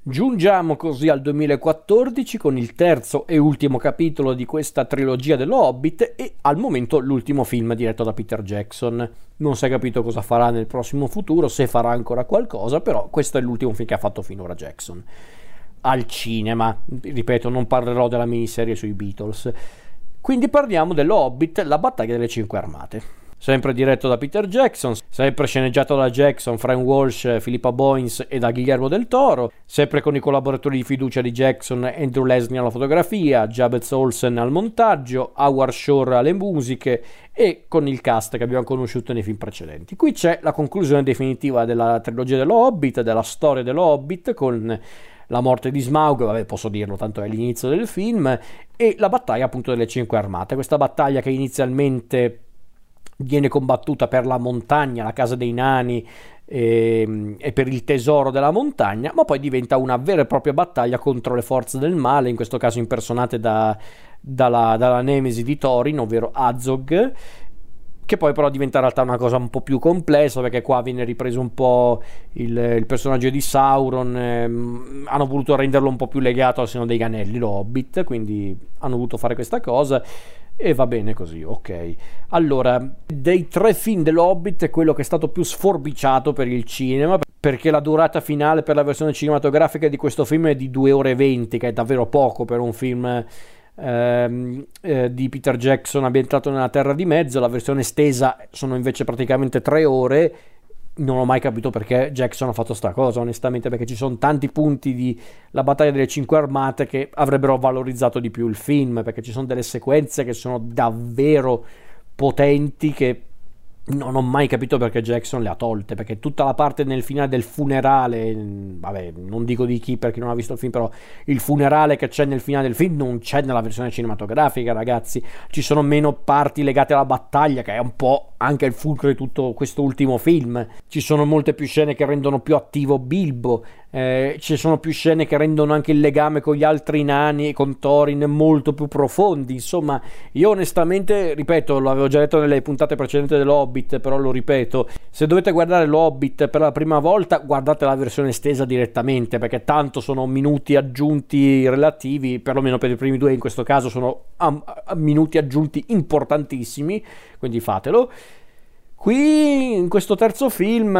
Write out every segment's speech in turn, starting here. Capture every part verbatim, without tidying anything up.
Giungiamo così al duemilaquattordici con il terzo e ultimo capitolo di questa trilogia dello Hobbit e al momento l'ultimo film diretto da Peter Jackson. Non si è capito cosa farà nel prossimo futuro, se farà ancora qualcosa, però questo è l'ultimo film che ha fatto finora Jackson. Al cinema, ripeto, non parlerò della miniserie sui Beatles. Quindi parliamo dello Hobbit, la battaglia delle Cinque Armate. Sempre diretto da Peter Jackson, sempre sceneggiato da Jackson, Frank Walsh, Philippa Boyens e da Guillermo del Toro, sempre con i collaboratori di fiducia di Jackson, Andrew Lesnie alla fotografia, Jabez Olsen al montaggio, Howard Shore alle musiche e con il cast che abbiamo conosciuto nei film precedenti. Qui c'è la conclusione definitiva della trilogia dello Hobbit, della storia dello Hobbit, con la morte di Smaug, vabbè, posso dirlo, tanto è l'inizio del film, e la battaglia appunto delle Cinque Armate. Questa battaglia che inizialmente viene combattuta per la montagna, la casa dei nani e, e per il tesoro della montagna, ma poi diventa una vera e propria battaglia contro le forze del male, in questo caso impersonate da, dalla, dalla nemesi di Thorin, ovvero Azog, che poi però diventa in realtà una cosa un po' più complessa, perché qua viene ripreso un po' il, il personaggio di Sauron, ehm, hanno voluto renderlo un po' più legato al Signore degli Anelli, lo Hobbit, quindi hanno voluto fare questa cosa e va bene così, ok. Allora, dei tre film dell'Hobbit è quello che è stato più sforbiciato per il cinema, perché la durata finale per la versione cinematografica di questo film è di due ore e venti, che è davvero poco per un film ehm, eh, di Peter Jackson ambientato nella Terra di Mezzo. La versione estesa sono invece praticamente tre ore. Non ho mai capito perché Jackson ha fatto sta cosa, onestamente, perché ci sono tanti punti di la battaglia delle Cinque Armate che avrebbero valorizzato di più il film, perché ci sono delle sequenze che sono davvero potenti che non ho mai capito perché Jackson le ha tolte, perché tutta la parte nel finale del funerale, vabbè, non dico di chi per chi non ha visto il film, però il funerale che c'è nel finale del film non c'è nella versione cinematografica, ragazzi. Ci sono meno parti legate alla battaglia, che è un po' anche il fulcro di tutto questo ultimo film. Ci sono molte più scene che rendono più attivo Bilbo, eh, ci sono più scene che rendono anche il legame con gli altri nani e con Thorin molto più profondi. Insomma, io onestamente, ripeto, l'avevo già detto nelle puntate precedenti dell'Hobbit, però lo ripeto, se dovete guardare l'Hobbit per la prima volta, guardate la versione estesa direttamente, perché tanto sono minuti aggiunti relativi, perlomeno per i primi due in questo caso sono a, a minuti aggiunti importantissimi, quindi fatelo. Qui in questo terzo film,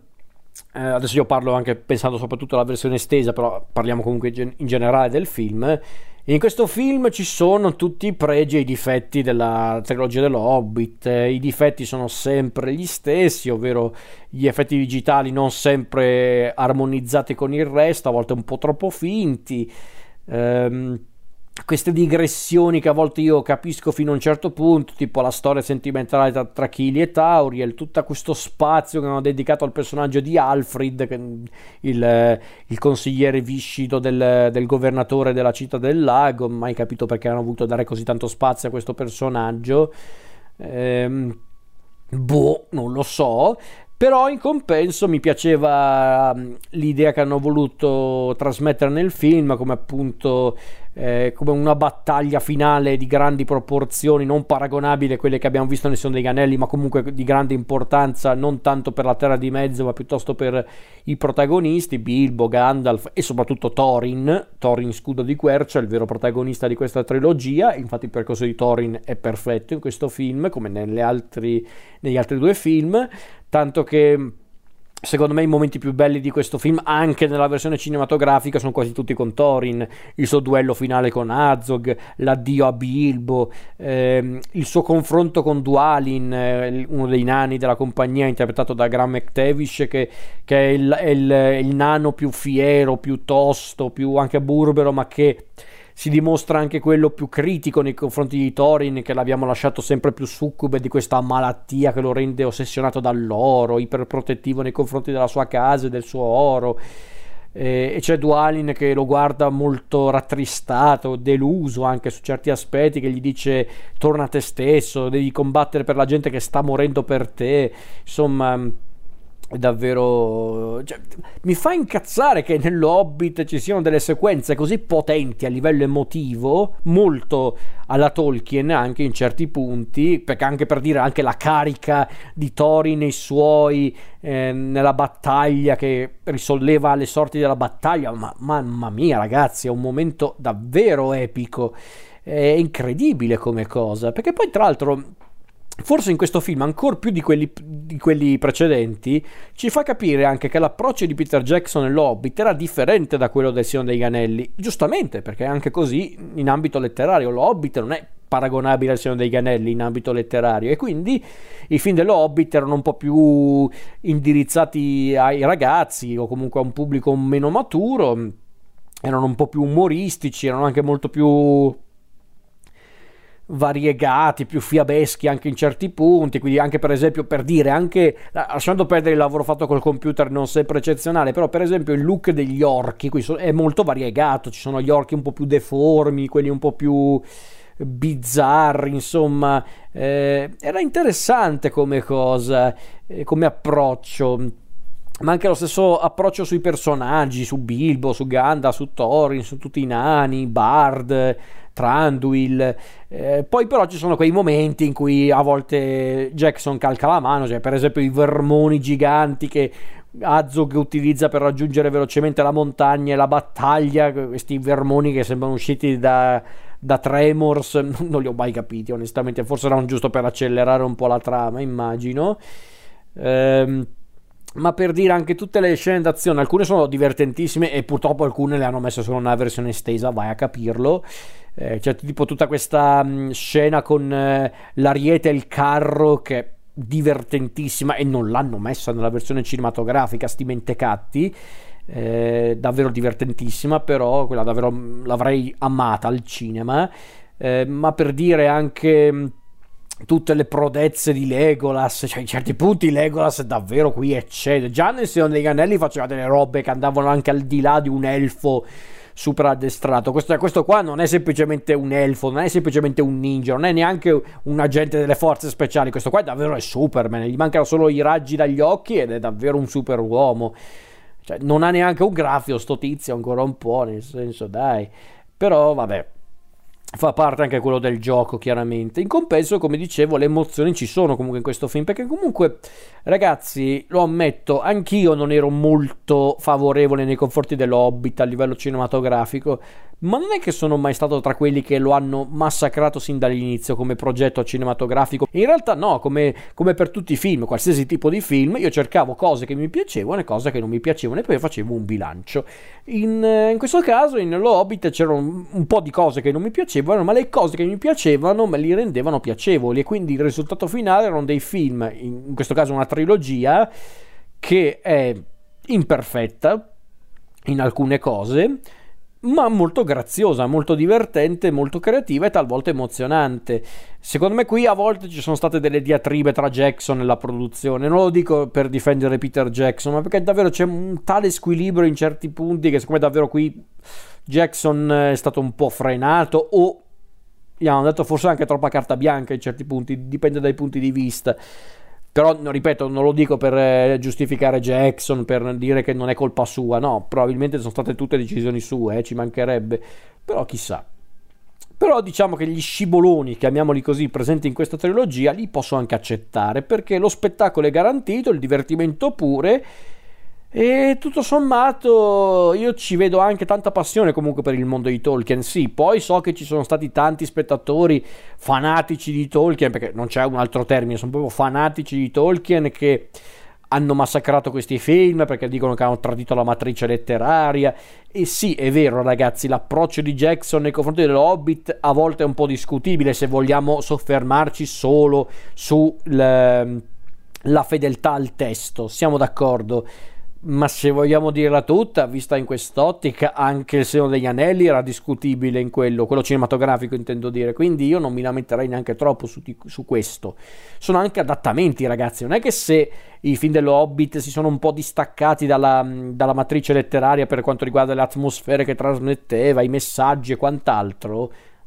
eh, adesso io parlo anche pensando soprattutto alla versione estesa, però parliamo comunque in generale del film. In questo film ci sono tutti i pregi e i difetti della trilogia dello Hobbit. I difetti sono sempre gli stessi, ovvero gli effetti digitali non sempre armonizzati con il resto, a volte un po' troppo finti, ehm, queste digressioni che a volte io capisco fino a un certo punto, tipo la storia sentimentale tra, tra Kili e Tauriel, tutto questo spazio che hanno dedicato al personaggio di Alfred, che, il, il consigliere viscido del, del governatore della città del lago. Mai capito perché hanno voluto dare così tanto spazio a questo personaggio, ehm, boh, non lo so. Però in compenso mi piaceva l'idea che hanno voluto trasmettere nel film, come appunto eh, come una battaglia finale di grandi proporzioni, non paragonabile a quelle che abbiamo visto nel Signore degli Anelli, ma comunque di grande importanza, non tanto per la Terra di Mezzo, ma piuttosto per i protagonisti, Bilbo, Gandalf e soprattutto Thorin, Thorin Scudo di Quercia, il vero protagonista di questa trilogia. Infatti il percorso di Thorin è perfetto in questo film, come nelle altri, negli altri due film, tanto che secondo me i momenti più belli di questo film, anche nella versione cinematografica, sono quasi tutti con Thorin. Il suo duello finale con Azog, l'addio a Bilbo, ehm, il suo confronto con Dwalin, eh, uno dei nani della compagnia interpretato da Graham McTavish, che, che è, il, è il, il nano più fiero, più tosto, più anche burbero, ma che si dimostra anche quello più critico nei confronti di Thorin, che l'abbiamo lasciato sempre più succube di questa malattia che lo rende ossessionato dall'oro, iperprotettivo nei confronti della sua casa e del suo oro. E c'è Dwalin che lo guarda molto rattristato, deluso anche su certi aspetti, che gli dice: torna a te stesso, devi combattere per la gente che sta morendo per te. Insomma, è davvero, cioè, mi fa incazzare che nello Hobbit ci siano delle sequenze così potenti a livello emotivo, molto alla Tolkien anche in certi punti, perché anche per dire anche la carica di Thorin nei suoi eh, nella battaglia che risolleva le sorti della battaglia, ma mamma mia ragazzi, è un momento davvero epico, è incredibile come cosa, perché poi tra l'altro forse in questo film, ancora più di quelli, di quelli precedenti, ci fa capire anche che l'approccio di Peter Jackson nell'Hobbit era differente da quello del Signore degli Anelli. Giustamente, perché anche così in ambito letterario l'Hobbit non è paragonabile al Signore degli Anelli in ambito letterario, e quindi i film dell'Hobbit erano un po' più indirizzati ai ragazzi o comunque a un pubblico meno maturo, erano un po' più umoristici, erano anche molto più variegati, più fiabeschi anche in certi punti, quindi anche per esempio, per dire, anche lasciando perdere il lavoro fatto col computer non sempre eccezionale, però per esempio il look degli orchi qui è molto variegato, ci sono gli orchi un po' più deformi, quelli un po' più bizzarri, insomma eh, era interessante come cosa, eh, come approccio, ma anche lo stesso approccio sui personaggi, su Bilbo, su Gandalf, su Thorin, su tutti i nani, Bard, Thranduil. Eh, poi però ci sono quei momenti in cui a volte Jackson calca la mano, cioè per esempio i vermoni giganti che Azog utilizza per raggiungere velocemente la montagna e la battaglia, questi vermoni che sembrano usciti da, da Tremors, non li ho mai capiti onestamente, forse erano giusto per accelerare un po' la trama, immagino. Ehm ma per dire, anche tutte le scene d'azione, alcune sono divertentissime e purtroppo alcune le hanno messe solo una versione estesa, vai a capirlo, eh, cioè tipo tutta questa mh, scena con eh, l'ariete e il carro che è divertentissima e non l'hanno messa nella versione cinematografica, sti mentecatti, eh, davvero divertentissima, però quella davvero l'avrei amata al cinema, eh, ma per dire anche mh, tutte le prodezze di Legolas, cioè in certi punti Legolas davvero qui eccede, già nel Signore degli Anelli faceva delle robe che andavano anche al di là di un elfo super addestrato, questo, questo qua non è semplicemente un elfo, non è semplicemente un ninja, non è neanche un agente delle forze speciali, questo qua davvero è Superman, gli mancano solo i raggi dagli occhi ed è davvero un super uomo, cioè non ha neanche un graffio sto tizio, ancora un po', nel senso dai, però vabbè, fa parte anche quello del gioco chiaramente. In compenso, come dicevo, le emozioni ci sono comunque in questo film, perché comunque ragazzi, lo ammetto, anch'io non ero molto favorevole nei confronti dell'Hobbit a livello cinematografico, ma non è che sono mai stato tra quelli che lo hanno massacrato sin dall'inizio come progetto cinematografico. In realtà no, come, come per tutti i film, qualsiasi tipo di film, io cercavo cose che mi piacevano e cose che non mi piacevano e poi facevo un bilancio. In, in questo caso in Lo Hobbit c'erano un, un po' di cose che non mi piacevano, ma le cose che mi piacevano me li rendevano piacevoli, e quindi il risultato finale erano dei film, in, in questo caso una trilogia che è imperfetta in alcune cose, ma molto graziosa, molto divertente, molto creativa e talvolta emozionante. Secondo me qui a volte ci sono state delle diatribe tra Jackson e la produzione, non lo dico per difendere Peter Jackson, ma perché davvero c'è un tale squilibrio in certi punti che secondo me davvero qui Jackson è stato un po' frenato, o gli hanno dato forse anche troppa carta bianca in certi punti, dipende dai punti di vista. Però, ripeto, non lo dico per eh, giustificare Jackson, per dire che non è colpa sua, no, probabilmente sono state tutte decisioni sue, eh, ci mancherebbe, però chissà. Però diciamo che gli scivoloni, chiamiamoli così, presenti in questa trilogia, li posso anche accettare, perché lo spettacolo è garantito, il divertimento pure, e tutto sommato io ci vedo anche tanta passione comunque per il mondo di Tolkien. Sì, poi so che ci sono stati tanti spettatori fanatici di Tolkien, perché non c'è un altro termine, sono proprio fanatici di Tolkien, che hanno massacrato questi film perché dicono che hanno tradito la matrice letteraria. E sì, è vero ragazzi, l'approccio di Jackson nei confronti dello Hobbit a volte è un po' discutibile, se vogliamo soffermarci solo sulla fedeltà al testo, siamo d'accordo. Ma se vogliamo dirla tutta, vista in quest'ottica, anche il Signore degli Anelli era discutibile in quello, quello cinematografico intendo dire, quindi io non mi lamenterei neanche troppo su, su questo. Sono anche adattamenti ragazzi, non è che se i film dello Hobbit si sono un po' distaccati dalla, dalla matrice letteraria per quanto riguarda le atmosfere che trasmetteva, i messaggi e quant'altro,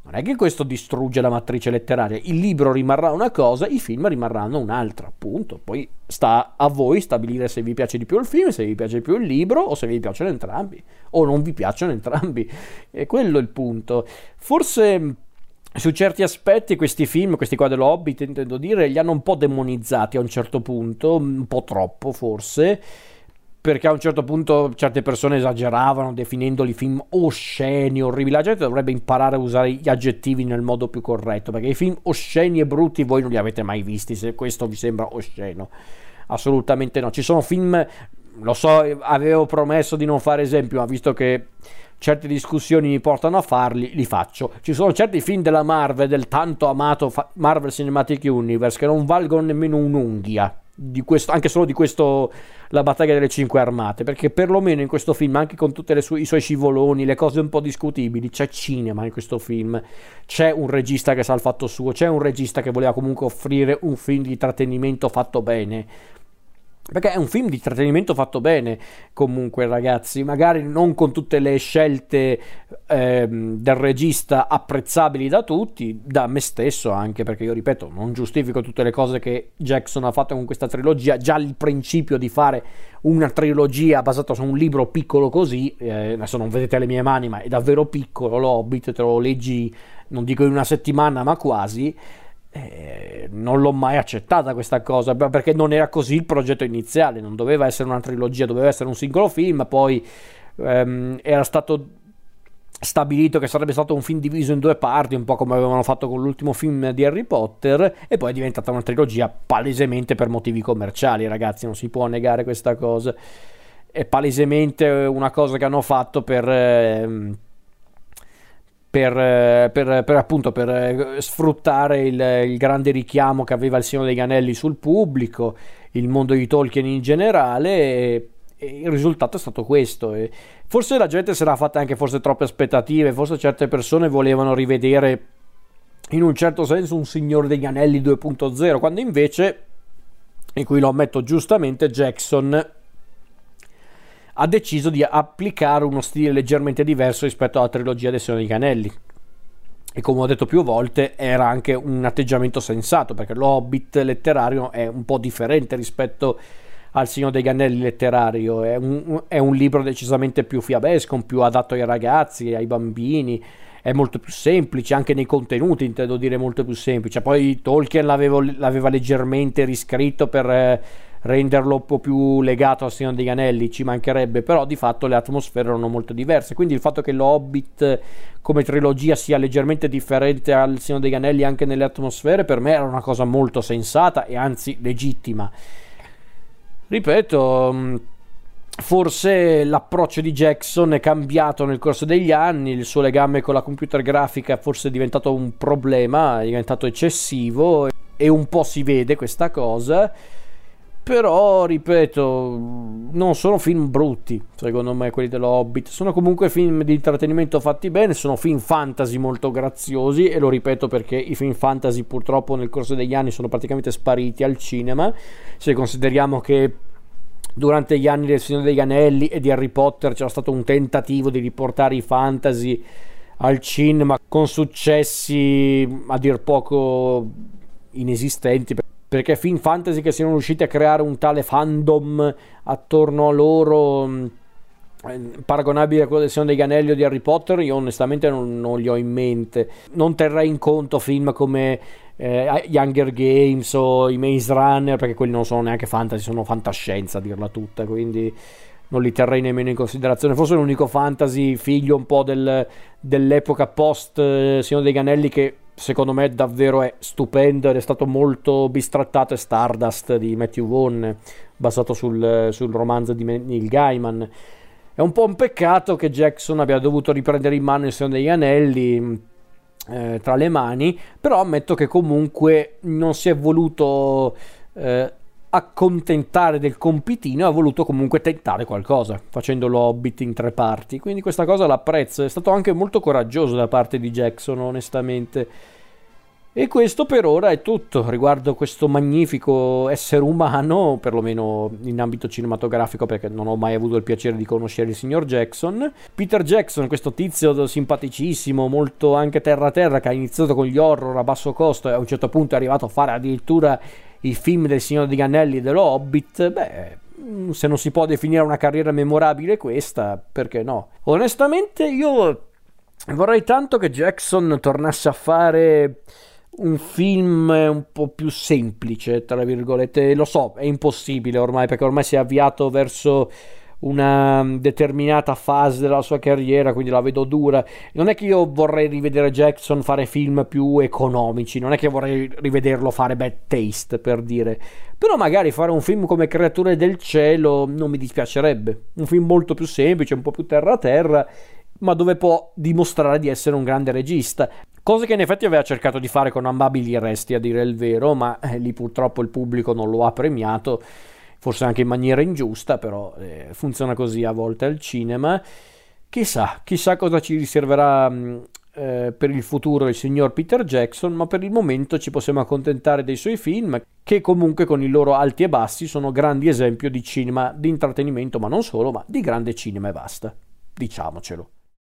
Non è che questo distrugge la matrice letteraria, il libro rimarrà una cosa, i film rimarranno un'altra, appunto. Poi sta a voi stabilire se vi piace di più il film, se vi piace più il libro, o se vi piacciono entrambi, o non vi piacciono entrambi. E quello è il punto. Forse su certi aspetti questi film, questi qua dello Hobbit, intendo dire, li hanno un po' demonizzati a un certo punto, un po' troppo forse, perché a un certo punto certe persone esageravano definendoli film osceni, orribili. La gente dovrebbe imparare a usare gli aggettivi nel modo più corretto, perché i film osceni e brutti voi non li avete mai visti, se questo vi sembra osceno. Assolutamente no. Ci sono film, lo so, avevo promesso di non fare esempi, ma visto che certe discussioni mi portano a farli, li faccio. Ci sono certi film della Marvel, del tanto amato Marvel Cinematic Universe, che non valgono nemmeno un'unghia di questo, anche solo di questo, la battaglia delle cinque armate, perché perlomeno in questo film, anche con tutti su- i suoi scivoloni, le cose un po' discutibili, c'è cinema in questo film, c'è un regista che sa il fatto suo, c'è un regista che voleva comunque offrire un film di intrattenimento fatto bene, perché è un film di intrattenimento fatto bene comunque, ragazzi, magari non con tutte le scelte ehm, del regista apprezzabili da tutti, da me stesso anche, perché io ripeto, non giustifico tutte le cose che Jackson ha fatto con questa trilogia. Già il principio di fare una trilogia basata su un libro piccolo così, eh, adesso non vedete le mie mani, ma è davvero piccolo, lo Hobbit, te lo leggi non dico in una settimana ma quasi. Eh, non l'ho mai accettata questa cosa, perché non era così il progetto iniziale, non doveva essere una trilogia, doveva essere un singolo film. Poi ehm, era stato stabilito che sarebbe stato un film diviso in due parti, un po' come avevano fatto con l'ultimo film di Harry Potter, e poi è diventata una trilogia palesemente per motivi commerciali, ragazzi, non si può negare questa cosa. È palesemente una cosa che hanno fatto per ehm, Per, per, per appunto per sfruttare il, il grande richiamo che aveva il Signore degli Anelli sul pubblico, il mondo di Tolkien in generale, e, e il risultato è stato questo. E forse la gente si era fatta anche forse troppe aspettative, forse certe persone volevano rivedere in un certo senso un Signore degli Anelli due punto zero, quando invece, e qui lo ammetto giustamente, Jackson ha deciso di applicare uno stile leggermente diverso rispetto alla trilogia del Signore degli Anelli, e come ho detto più volte era anche un atteggiamento sensato, perché lo Hobbit letterario è un po' differente rispetto al Signore degli Anelli letterario, è un, è un libro decisamente più fiabesco, più adatto ai ragazzi, ai bambini, è molto più semplice anche nei contenuti, intendo dire molto più semplice. Poi Tolkien l'avevo, l'aveva leggermente riscritto per eh, renderlo un po' più legato al Signore degli Anelli, ci mancherebbe, però di fatto le atmosfere erano molto diverse, quindi il fatto che lo Hobbit come trilogia sia leggermente differente al Signore degli Anelli anche nelle atmosfere, per me era una cosa molto sensata e anzi legittima. Ripeto, forse l'approccio di Jackson è cambiato nel corso degli anni, il suo legame con la computer grafica forse è diventato un problema, è diventato eccessivo e un po' si vede questa cosa. Però, ripeto, non sono film brutti, secondo me, quelli dello Hobbit. Sono comunque film di intrattenimento fatti bene, sono film fantasy molto graziosi, e lo ripeto perché i film fantasy purtroppo nel corso degli anni sono praticamente spariti al cinema, se consideriamo che durante gli anni del Signore degli Anelli e di Harry Potter c'era stato un tentativo di riportare i fantasy al cinema con successi a dir poco inesistenti, perché film fantasy che siano riusciti a creare un tale fandom attorno a loro paragonabile a quello del Signore degli Anelli o di Harry Potter, io onestamente non, non li ho in mente. Non terrei in conto film come eh, Hunger Games o i Maze Runner, perché quelli non sono neanche fantasy, sono fantascienza a dirla tutta, quindi non li terrei nemmeno in considerazione. Forse l'unico fantasy figlio un po' del, dell'epoca post eh, Signore degli Anelli che secondo me davvero è stupendo ed è stato molto bistrattato è Stardust di Matthew Vaughn, basato sul, sul romanzo di Neil Gaiman. È un po' un peccato che Jackson abbia dovuto riprendere in mano il Signore degli Anelli eh, tra le mani, però ammetto che comunque non si è voluto eh, accontentare del compitino, ha voluto comunque tentare qualcosa facendo lo Hobbit in tre parti, quindi questa cosa l'apprezzo. È stato anche molto coraggioso da parte di Jackson, onestamente. E questo per ora è tutto riguardo questo magnifico essere umano, perlomeno in ambito cinematografico, perché non ho mai avuto il piacere di conoscere il signor Jackson. Peter Jackson, questo tizio simpaticissimo, molto anche terra terra, che ha iniziato con gli horror a basso costo e a un certo punto è arrivato a fare addirittura i film del Signore degli Anelli e dello Hobbit. Beh, se non si può definire una carriera memorabile questa, perché no? Onestamente io vorrei tanto che Jackson tornasse a fare un film un po' più semplice, tra virgolette. Lo so, è impossibile ormai, perché ormai si è avviato verso una determinata fase della sua carriera, quindi la vedo dura. Non è che io vorrei rivedere Jackson fare film più economici, non è che vorrei rivederlo fare Bad Taste, per dire, però magari fare un film come Creature del Cielo non mi dispiacerebbe, un film molto più semplice, un po' più terra terra, ma dove può dimostrare di essere un grande regista, cosa che in effetti aveva cercato di fare con Amabili Resti, a dire il vero, ma eh, lì purtroppo il pubblico non lo ha premiato, forse anche in maniera ingiusta, però eh, funziona così a volte al cinema. Chissà, chissà cosa ci riserverà mh, eh, per il futuro il signor Peter Jackson, ma per il momento ci possiamo accontentare dei suoi film, che comunque con i loro alti e bassi sono grandi esempio di cinema, di intrattenimento, ma non solo, ma di grande cinema e basta, diciamocelo.